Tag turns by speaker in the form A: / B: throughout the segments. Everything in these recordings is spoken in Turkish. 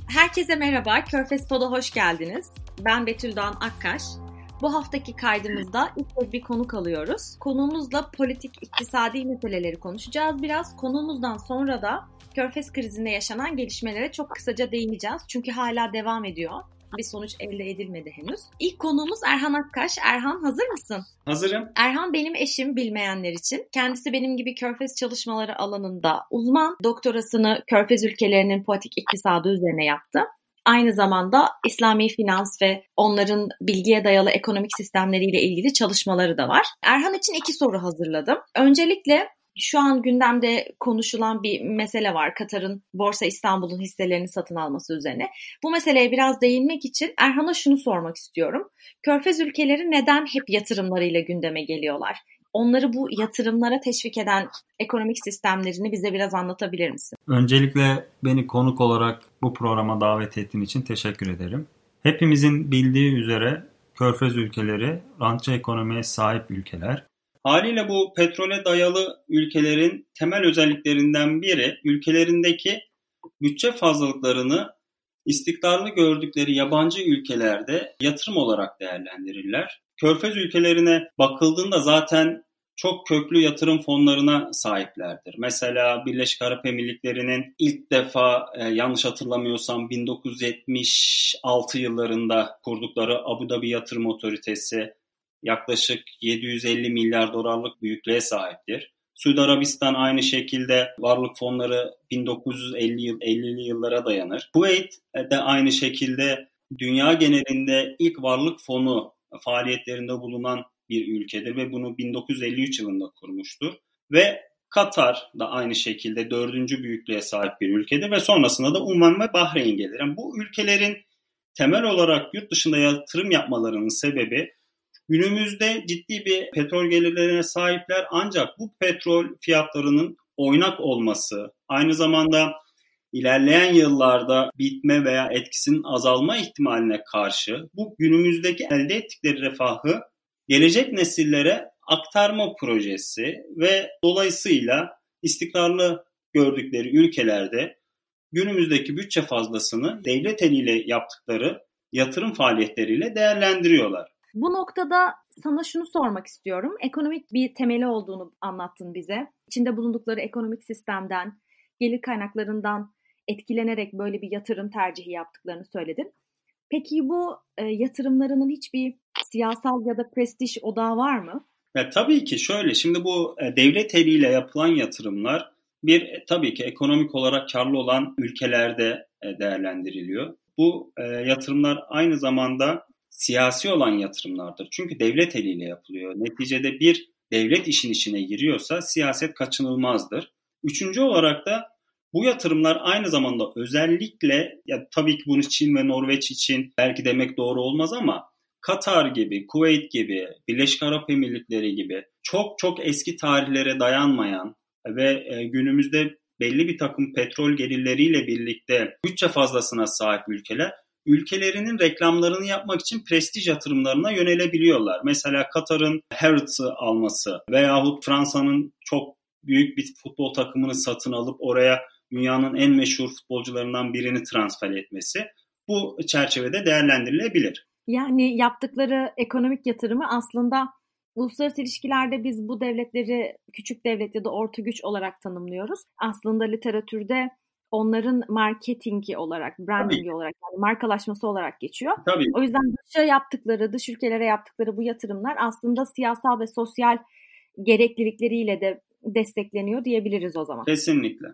A: Herkese merhaba, Körfez Pod'a hoş geldiniz. Ben Betül Doğan Akkaş. Bu haftaki kaydımızda ilk kez bir konuk alıyoruz. Konuğumuzla politik, iktisadi meseleleri konuşacağız biraz. Konuğumuzdan sonra da Körfez krizinde yaşanan gelişmelere çok kısaca değineceğiz. Çünkü hala devam ediyor. Bir sonuç elde edilmedi henüz. İlk konuğumuz Erhan Akkaş. Erhan, hazır mısın?
B: Hazırım.
A: Erhan benim eşim, bilmeyenler için. Kendisi benim gibi Körfez çalışmaları alanında uzman. Doktorasını Körfez ülkelerinin politik iktisadı üzerine yaptı. Aynı zamanda İslami finans ve onların bilgiye dayalı ekonomik sistemleriyle ilgili çalışmaları da var. Erhan için 2 soru hazırladım. Öncelikle şu an gündemde konuşulan bir mesele var. Katar'ın Borsa İstanbul'un hisselerini satın alması üzerine. Bu meseleye biraz değinmek için Erhan'a şunu sormak istiyorum. Körfez ülkeleri neden hep yatırımlarıyla gündeme geliyorlar? Onları bu yatırımlara teşvik eden ekonomik sistemlerini bize biraz anlatabilir misin?
B: Öncelikle beni konuk olarak bu programa davet ettiğin için teşekkür ederim. Hepimizin bildiği üzere Körfez ülkeleri rantçı ekonomiye sahip ülkeler. Haliyle bu petrole dayalı ülkelerin temel özelliklerinden biri ülkelerindeki bütçe fazlalıklarını istikrarlı gördükleri yabancı ülkelerde yatırım olarak değerlendirirler. Körfez ülkelerine bakıldığında zaten çok köklü yatırım fonlarına sahiplerdir. Mesela Birleşik Arap Emirlikleri'nin ilk defa yanlış hatırlamıyorsam 1976 yıllarında kurdukları Abu Dhabi Yatırım Otoritesi yaklaşık 750 milyar dolarlık büyüklüğe sahiptir. Suudi Arabistan aynı şekilde varlık fonları 1950'li yıllara dayanır. Kuveyt de aynı şekilde dünya genelinde ilk varlık fonu faaliyetlerinde bulunan bir ülkedir ve bunu 1953 yılında kurmuştur. Ve Katar da aynı şekilde 4. büyüklüğe sahip bir ülkedir ve sonrasında da Umman ve Bahreyn gelir. Yani bu ülkelerin temel olarak yurt dışında yatırım yapmalarının sebebi günümüzde ciddi bir petrol gelirlerine sahipler, ancak bu petrol fiyatlarının oynak olması, aynı zamanda ilerleyen yıllarda bitme veya etkisinin azalma ihtimaline karşı bu günümüzdeki elde ettikleri refahı gelecek nesillere aktarma projesi ve dolayısıyla istikrarlı gördükleri ülkelerde günümüzdeki bütçe fazlasını devlet eliyle yaptıkları yatırım faaliyetleriyle değerlendiriyorlar.
A: Bu noktada sana şunu sormak istiyorum. Ekonomik bir temeli olduğunu anlattın bize. İçinde bulundukları ekonomik sistemden, gelir kaynaklarından etkilenerek böyle bir yatırım tercihi yaptıklarını söyledin. Peki bu yatırımlarının hiçbir siyasal ya da prestij odağı var mı?
B: Tabii ki şöyle, şimdi bu devlet eliyle yapılan yatırımlar tabii ki ekonomik olarak karlı olan ülkelerde değerlendiriliyor. Bu yatırımlar aynı zamanda siyasi olan yatırımlardır. Çünkü devlet eliyle yapılıyor. Neticede bir devlet işin içine giriyorsa siyaset kaçınılmazdır. Üçüncü olarak da bu yatırımlar aynı zamanda özellikle, tabii ki bunu Çin ve Norveç için belki demek doğru olmaz ama Katar gibi, Kuveyt gibi, Birleşik Arap Emirlikleri gibi çok çok eski tarihlere dayanmayan ve günümüzde belli bir takım petrol gelirleriyle birlikte bütçe fazlasına sahip ülkelerinin reklamlarını yapmak için prestij yatırımlarına yönelebiliyorlar. Mesela Katar'ın Harrods'ı alması veyahut Fransa'nın çok büyük bir futbol takımını satın alıp oraya dünyanın en meşhur futbolcularından birini transfer etmesi bu çerçevede değerlendirilebilir.
A: Yani yaptıkları ekonomik yatırımı aslında uluslararası ilişkilerde biz bu devletleri küçük devlet ya da orta güç olarak tanımlıyoruz. Aslında literatürde onların marketingi olarak, brandingi olarak, yani markalaşması olarak geçiyor.
B: Tabii.
A: O yüzden dış ülkelere yaptıkları bu yatırımlar aslında siyasal ve sosyal gereklilikleriyle de destekleniyor diyebiliriz o zaman.
B: Kesinlikle.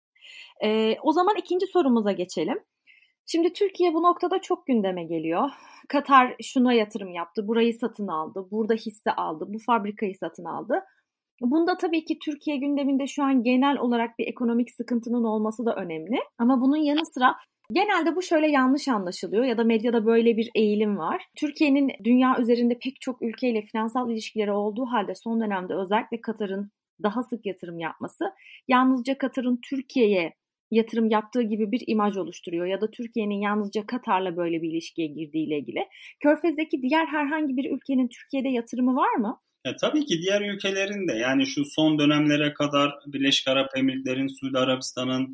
A: O zaman ikinci sorumuza geçelim. Şimdi Türkiye bu noktada çok gündeme geliyor. Katar şuna yatırım yaptı, burayı satın aldı, burada hisse aldı, bu fabrikayı satın aldı. Bunda tabii ki Türkiye gündeminde şu an genel olarak bir ekonomik sıkıntının olması da önemli. Ama bunun yanı sıra genelde bu şöyle yanlış anlaşılıyor ya da medyada böyle bir eğilim var. Türkiye'nin dünya üzerinde pek çok ülkeyle finansal ilişkileri olduğu halde son dönemde özellikle Katar'ın daha sık yatırım yapması yalnızca Katar'ın Türkiye'ye yatırım yaptığı gibi bir imaj oluşturuyor ya da Türkiye'nin yalnızca Katar'la böyle bir ilişkiye girdiğiyle ilgili. Körfez'deki diğer herhangi bir ülkenin Türkiye'de yatırımı var mı?
B: Tabii ki diğer ülkelerin de, yani şu son dönemlere kadar Birleşik Arap Emirlikleri'nin, Suudi Arabistan'ın,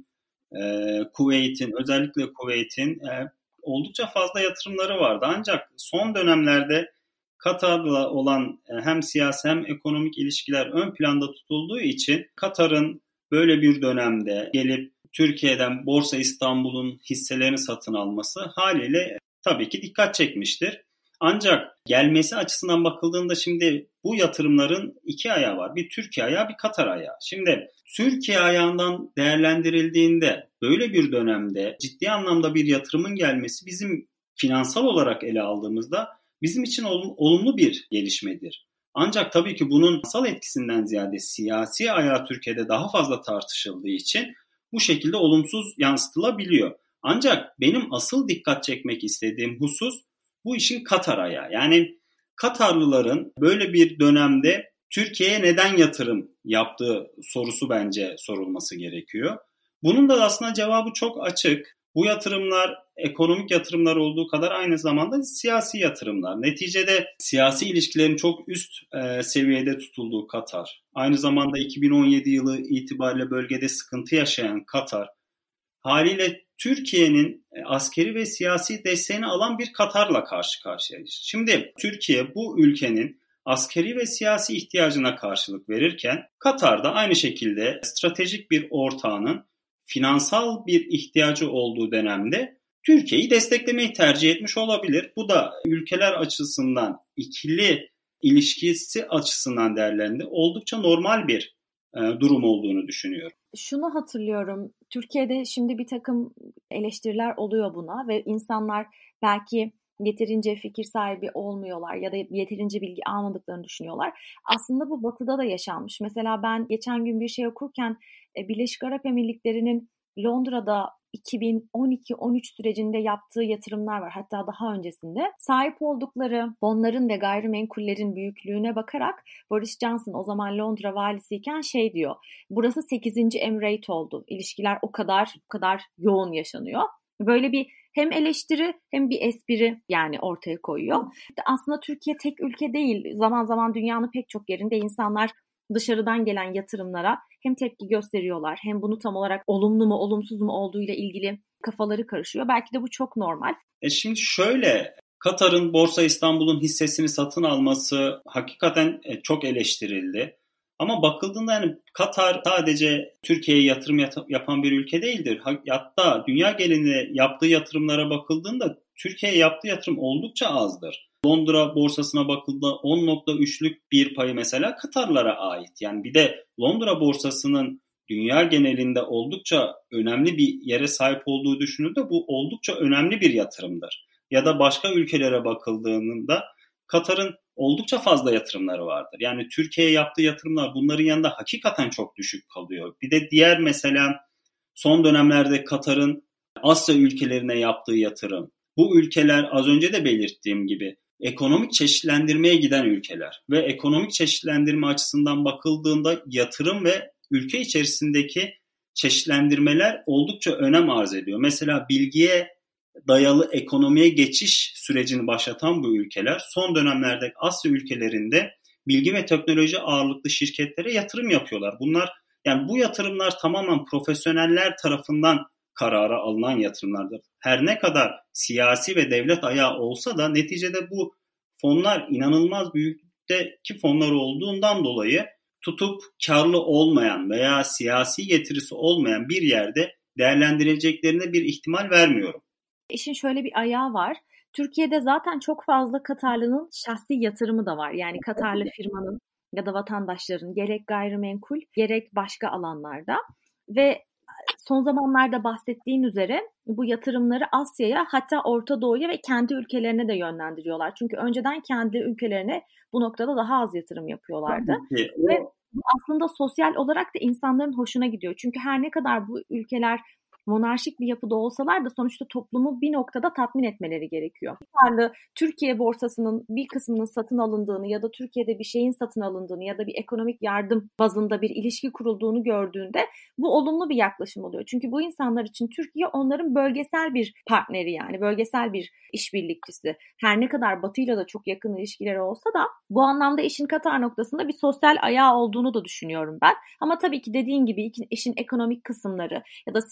B: Kuveyt'in, özellikle Kuveyt'in oldukça fazla yatırımları vardı. Ancak son dönemlerde Katar'la olan hem siyasi hem ekonomik ilişkiler ön planda tutulduğu için Katar'ın böyle bir dönemde gelip Türkiye'den Borsa İstanbul'un hisselerini satın alması haliyle tabii ki dikkat çekmiştir. Ancak gelmesi açısından bakıldığında şimdi bu yatırımların iki ayağı var. Bir Türkiye ayağı, bir Katar ayağı. Şimdi Türkiye ayağından değerlendirildiğinde böyle bir dönemde ciddi anlamda bir yatırımın gelmesi bizim finansal olarak ele aldığımızda bizim için olumlu bir gelişmedir. Ancak tabii ki bunun finansal etkisinden ziyade siyasi ayağı Türkiye'de daha fazla tartışıldığı için bu şekilde olumsuz yansıtılabiliyor. Ancak benim asıl dikkat çekmek istediğim husus bu işin Katar ayağı. Yani Katarlıların böyle bir dönemde Türkiye'ye neden yatırım yaptığı sorusu bence sorulması gerekiyor. Bunun da aslında cevabı çok açık. Bu yatırımlar ekonomik yatırımlar olduğu kadar aynı zamanda siyasi yatırımlar. Neticede siyasi ilişkilerin çok üst seviyede tutulduğu Katar, aynı zamanda 2017 yılı itibariyle bölgede sıkıntı yaşayan Katar, haliyle Türkiye'nin askeri ve siyasi desteğini alan bir Katar'la karşı karşıyayız. Şimdi Türkiye bu ülkenin askeri ve siyasi ihtiyacına karşılık verirken Katar da aynı şekilde stratejik bir ortağının finansal bir ihtiyacı olduğu dönemde Türkiye'yi desteklemeyi tercih etmiş olabilir. Bu da ülkeler açısından ikili ilişkisi açısından değerlendiğinde oldukça normal bir durum olduğunu düşünüyorum.
A: Şunu hatırlıyorum, Türkiye'de şimdi bir takım eleştiriler oluyor buna ve insanlar belki yeterince fikir sahibi olmuyorlar ya da yeterince bilgi almadıklarını düşünüyorlar. Aslında bu Batı'da da yaşanmış. Mesela ben geçen gün bir şey okurken Birleşik Arap Emirlikleri'nin Londra'da 2012-13 sürecinde yaptığı yatırımlar var. Hatta daha öncesinde. Sahip oldukları fonların ve gayrimenkullerin büyüklüğüne bakarak Boris Johnson o zaman Londra valisiyken şey diyor. Burası 8. Emirate oldu. İlişkiler o kadar yoğun yaşanıyor. Böyle bir hem eleştiri hem bir espri yani ortaya koyuyor. Aslında Türkiye tek ülke değil. Zaman zaman dünyanın pek çok yerinde insanlar dışarıdan gelen yatırımlara hem tepki gösteriyorlar hem bunu tam olarak olumlu mu olumsuz mu olduğuyla ilgili kafaları karışıyor. Belki de bu çok normal.
B: Şimdi şöyle, Katar'ın Borsa İstanbul'un hissesini satın alması hakikaten çok eleştirildi. Ama bakıldığında yani Katar sadece Türkiye'ye yatırım yapan bir ülke değildir. Hatta dünya genelinde yaptığı yatırımlara bakıldığında Türkiye'ye yaptığı yatırım oldukça azdır. Londra borsasına bakıldığında 10.3'lük bir payı mesela Katarlara ait. Yani bir de Londra borsasının dünya genelinde oldukça önemli bir yere sahip olduğu düşünüldüğünde bu oldukça önemli bir yatırımdır. Ya da başka ülkelere bakıldığında Katar'ın oldukça fazla yatırımları vardır. Yani Türkiye'ye yaptığı yatırımlar bunların yanında hakikaten çok düşük kalıyor. Bir de diğer mesela son dönemlerde Katar'ın Asya ülkelerine yaptığı yatırım. Bu ülkeler az önce de belirttiğim gibi ekonomik çeşitlendirmeye giden ülkeler ve ekonomik çeşitlendirme açısından bakıldığında yatırım ve ülke içerisindeki çeşitlendirmeler oldukça önem arz ediyor. Mesela bilgiye dayalı ekonomiye geçiş sürecini başlatan bu ülkeler son dönemlerde Asya ülkelerinde bilgi ve teknoloji ağırlıklı şirketlere yatırım yapıyorlar. Bu yatırımlar tamamen profesyoneller tarafından karara alınan yatırımlardır. Her ne kadar siyasi ve devlet ayağı olsa da neticede bu fonlar inanılmaz büyüklükteki fonlar olduğundan dolayı tutup karlı olmayan veya siyasi getirisi olmayan bir yerde değerlendireceklerine bir ihtimal vermiyorum.
A: İşin şöyle bir ayağı var. Türkiye'de zaten çok fazla Katarlı'nın şahsi yatırımı da var. Yani Katarlı firmanın ya da vatandaşların gerek gayrimenkul gerek başka alanlarda ve son zamanlarda bahsettiğin üzere bu yatırımları Asya'ya hatta Orta Doğu'ya ve kendi ülkelerine de yönlendiriyorlar. Çünkü önceden kendi ülkelerine bu noktada daha az yatırım yapıyorlardı. Ve aslında sosyal olarak da insanların hoşuna gidiyor. Çünkü her ne kadar bu ülkeler monarşik bir yapıda olsalar da sonuçta toplumu bir noktada tatmin etmeleri gerekiyor. Türkiye borsasının bir kısmının satın alındığını ya da Türkiye'de bir şeyin satın alındığını ya da bir ekonomik yardım bazında bir ilişki kurulduğunu gördüğünde bu olumlu bir yaklaşım oluyor. Çünkü bu insanlar için Türkiye onların bölgesel bir partneri yani bölgesel bir işbirlikçisi. Her ne kadar Batı'yla da çok yakın ilişkileri olsa da bu anlamda işin Katar noktasında bir sosyal ayağı olduğunu da düşünüyorum ben. Ama tabii ki dediğin gibi işin ekonomik kısımları ya da siyasal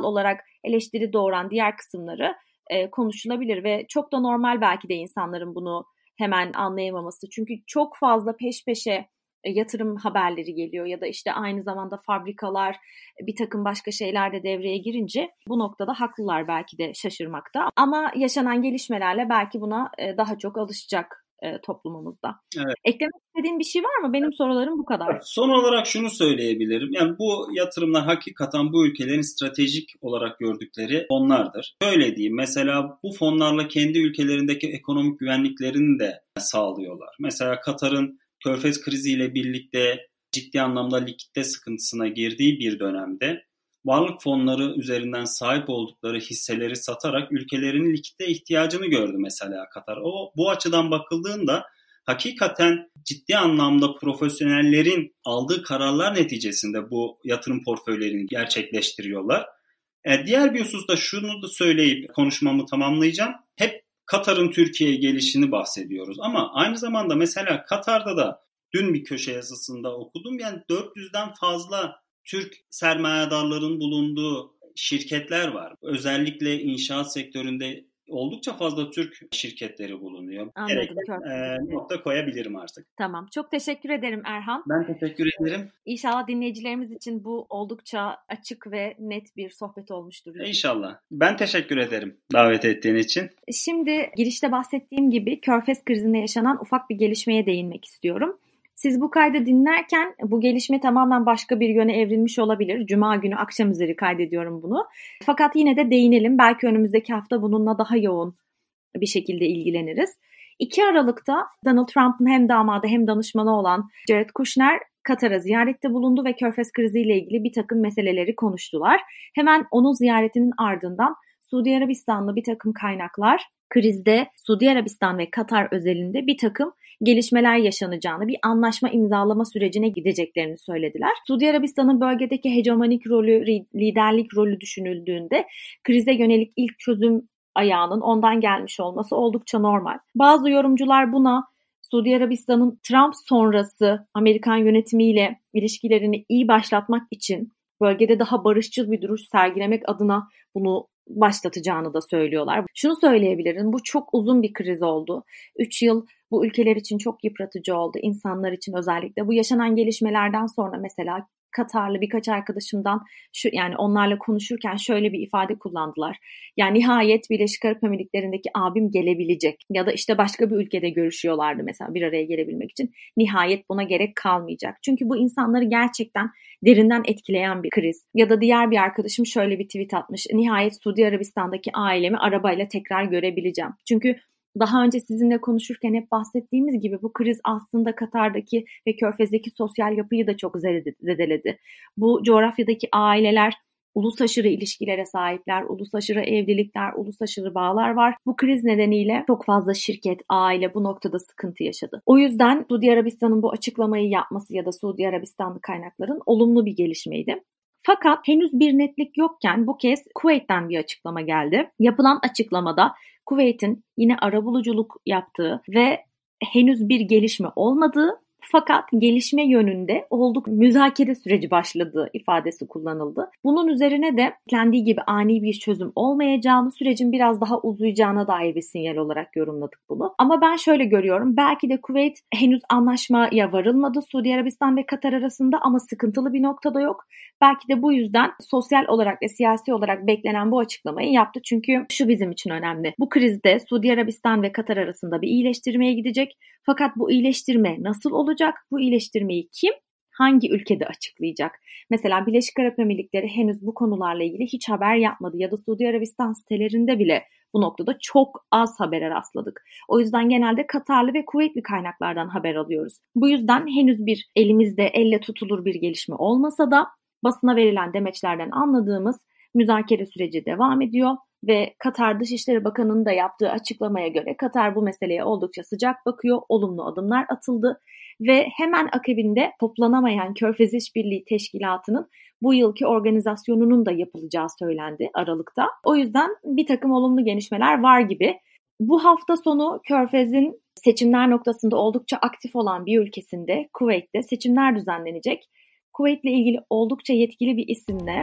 A: olarak eleştiri doğuran diğer kısımları konuşulabilir ve çok da normal belki de insanların bunu hemen anlayamaması. Çünkü çok fazla peş peşe yatırım haberleri geliyor ya da işte aynı zamanda fabrikalar, bir takım başka şeyler de devreye girince bu noktada haklılar belki de şaşırmakta. Ama yaşanan gelişmelerle belki buna daha çok alışacak toplumumuzda.
B: Evet.
A: Eklemek istediğin bir şey var mı? Benim sorularım bu kadar.
B: Son olarak şunu söyleyebilirim. Yani bu yatırımlar hakikaten bu ülkelerin stratejik olarak gördükleri fonlardır. Şöyle diyeyim, mesela bu fonlarla kendi ülkelerindeki ekonomik güvenliklerini de sağlıyorlar. Mesela Katar'ın Körfez kriziyle birlikte ciddi anlamda likidite sıkıntısına girdiği bir dönemde varlık fonları üzerinden sahip oldukları hisseleri satarak ülkelerinin likidite ihtiyacını gördü mesela Katar. Bu açıdan bakıldığında hakikaten ciddi anlamda profesyonellerin aldığı kararlar neticesinde bu yatırım portföylerini gerçekleştiriyorlar. Diğer bir hususta şunu da söyleyip konuşmamı tamamlayacağım. Hep Katar'ın Türkiye'ye gelişini bahsediyoruz ama aynı zamanda mesela Katar'da da dün bir köşe yazısında okudum. Yani 400'den fazla Türk sermayedarların bulunduğu şirketler var. Özellikle inşaat sektöründe oldukça fazla Türk şirketleri bulunuyor.
A: Anladım.
B: Nokta koyabilirim artık.
A: Tamam. Çok teşekkür ederim Erhan.
B: Ben teşekkür ederim.
A: İnşallah dinleyicilerimiz için bu oldukça açık ve net bir sohbet olmuştur.
B: İnşallah. Ben teşekkür ederim davet ettiğin için.
A: Şimdi girişte bahsettiğim gibi Körfez krizinde yaşanan ufak bir gelişmeye değinmek istiyorum. Siz bu kaydı dinlerken bu gelişme tamamen başka bir yöne evrilmiş olabilir. Cuma günü akşam üzeri kaydediyorum bunu. Fakat yine de değinelim. Belki önümüzdeki hafta bununla daha yoğun bir şekilde ilgileniriz. 2 Aralık'ta Donald Trump'ın hem damadı hem danışmanı olan Jared Kushner Katar'a ziyarette bulundu ve Körfez kriziyle ilgili bir takım meseleleri konuştular. Hemen onun ziyaretinin ardından Suudi Arabistanlı bir takım kaynaklar krizde Suudi Arabistan ve Katar özelinde bir takım gelişmeler yaşanacağını, bir anlaşma imzalama sürecine gideceklerini söylediler. Suudi Arabistan'ın bölgedeki hegemonik rolü, liderlik rolü düşünüldüğünde krize yönelik ilk çözüm ayağının ondan gelmiş olması oldukça normal. Bazı yorumcular buna Suudi Arabistan'ın Trump sonrası Amerikan yönetimiyle ilişkilerini iyi başlatmak için bölgede daha barışçıl bir duruş sergilemek adına bunu başlatacağını da söylüyorlar. Şunu söyleyebilirim, bu çok uzun bir kriz oldu. 3 yıl bu ülkeler için çok yıpratıcı oldu, insanlar için özellikle. Bu yaşanan gelişmelerden sonra mesela Katarlı birkaç arkadaşımdan yani onlarla konuşurken şöyle bir ifade kullandılar. Yani nihayet Birleşik Arap Emirlikleri'ndeki abim gelebilecek ya da işte başka bir ülkede görüşüyorlardı mesela bir araya gelebilmek için. Nihayet buna gerek kalmayacak. Çünkü bu insanları gerçekten derinden etkileyen bir kriz. Ya da diğer bir arkadaşım şöyle bir tweet atmış. Nihayet Suudi Arabistan'daki ailemi arabayla tekrar görebileceğim. Çünkü daha önce sizinle konuşurken hep bahsettiğimiz gibi bu kriz aslında Katar'daki ve Körfez'deki sosyal yapıyı da çok zedeledi. Bu coğrafyadaki aileler uluslararası ilişkilere sahipler, uluslararası evlilikler, uluslararası bağlar var. Bu kriz nedeniyle çok fazla şirket, aile bu noktada sıkıntı yaşadı. O yüzden Suudi Arabistan'ın bu açıklamayı yapması ya da Suudi Arabistanlı kaynakların olumlu bir gelişmeydi. Fakat henüz bir netlik yokken bu kez Kuveyt'ten bir açıklama geldi. Yapılan açıklamada Kuveyt'in yine arabuluculuk yaptığı ve henüz bir gelişme olmadığı fakat gelişme yönünde müzakere süreci başladığı ifadesi kullanıldı. Bunun üzerine de beklendiği gibi ani bir çözüm olmayacağını, sürecin biraz daha uzayacağına dair bir sinyal olarak yorumladık bunu. Ama ben şöyle görüyorum, belki de Kuveyt henüz anlaşmaya varılmadı Suudi Arabistan ve Katar arasında ama sıkıntılı bir noktada yok. Belki de bu yüzden sosyal olarak ve siyasi olarak beklenen bu açıklamayı yaptı. Çünkü şu bizim için önemli. Bu krizde Suudi Arabistan ve Katar arasında bir iyileştirmeye gidecek. Fakat bu iyileştirme nasıl olacak? Bu iyileştirmeyi kim, hangi ülkede açıklayacak? Mesela Birleşik Arap Emirlikleri henüz bu konularla ilgili hiç haber yapmadı ya da Suudi Arabistan sitelerinde bile bu noktada çok az habere rastladık. O yüzden genelde Katarlı ve Kuveytli kaynaklardan haber alıyoruz. Bu yüzden henüz bir elimizde elle tutulur bir gelişme olmasa da basına verilen demeçlerden anladığımız müzakere süreci devam ediyor ve Katar Dışişleri Bakanı'nın da yaptığı açıklamaya göre Katar bu meseleye oldukça sıcak bakıyor, olumlu adımlar atıldı ve hemen akabinde toplanamayan Körfez İşbirliği Teşkilatı'nın bu yılki organizasyonunun da yapılacağı söylendi Aralık'ta. O yüzden bir takım olumlu gelişmeler var gibi. Bu hafta sonu Körfez'in seçimler noktasında oldukça aktif olan bir ülkesinde, Kuveyt'te seçimler düzenlenecek. Kuveyt'le ilgili oldukça yetkili bir isimle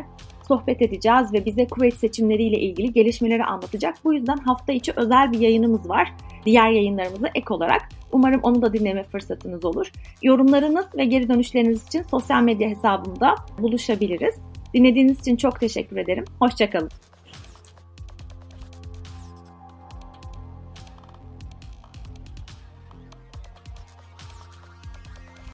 A: sohbet edeceğiz ve bize Kuveyt seçimleriyle ilgili gelişmeleri anlatacak. Bu yüzden hafta içi özel bir yayınımız var. Diğer yayınlarımıza ek olarak. Umarım onu da dinleme fırsatınız olur. Yorumlarınız ve geri dönüşleriniz için sosyal medya hesabımda buluşabiliriz. Dinlediğiniz için çok teşekkür ederim. Hoşça kalın.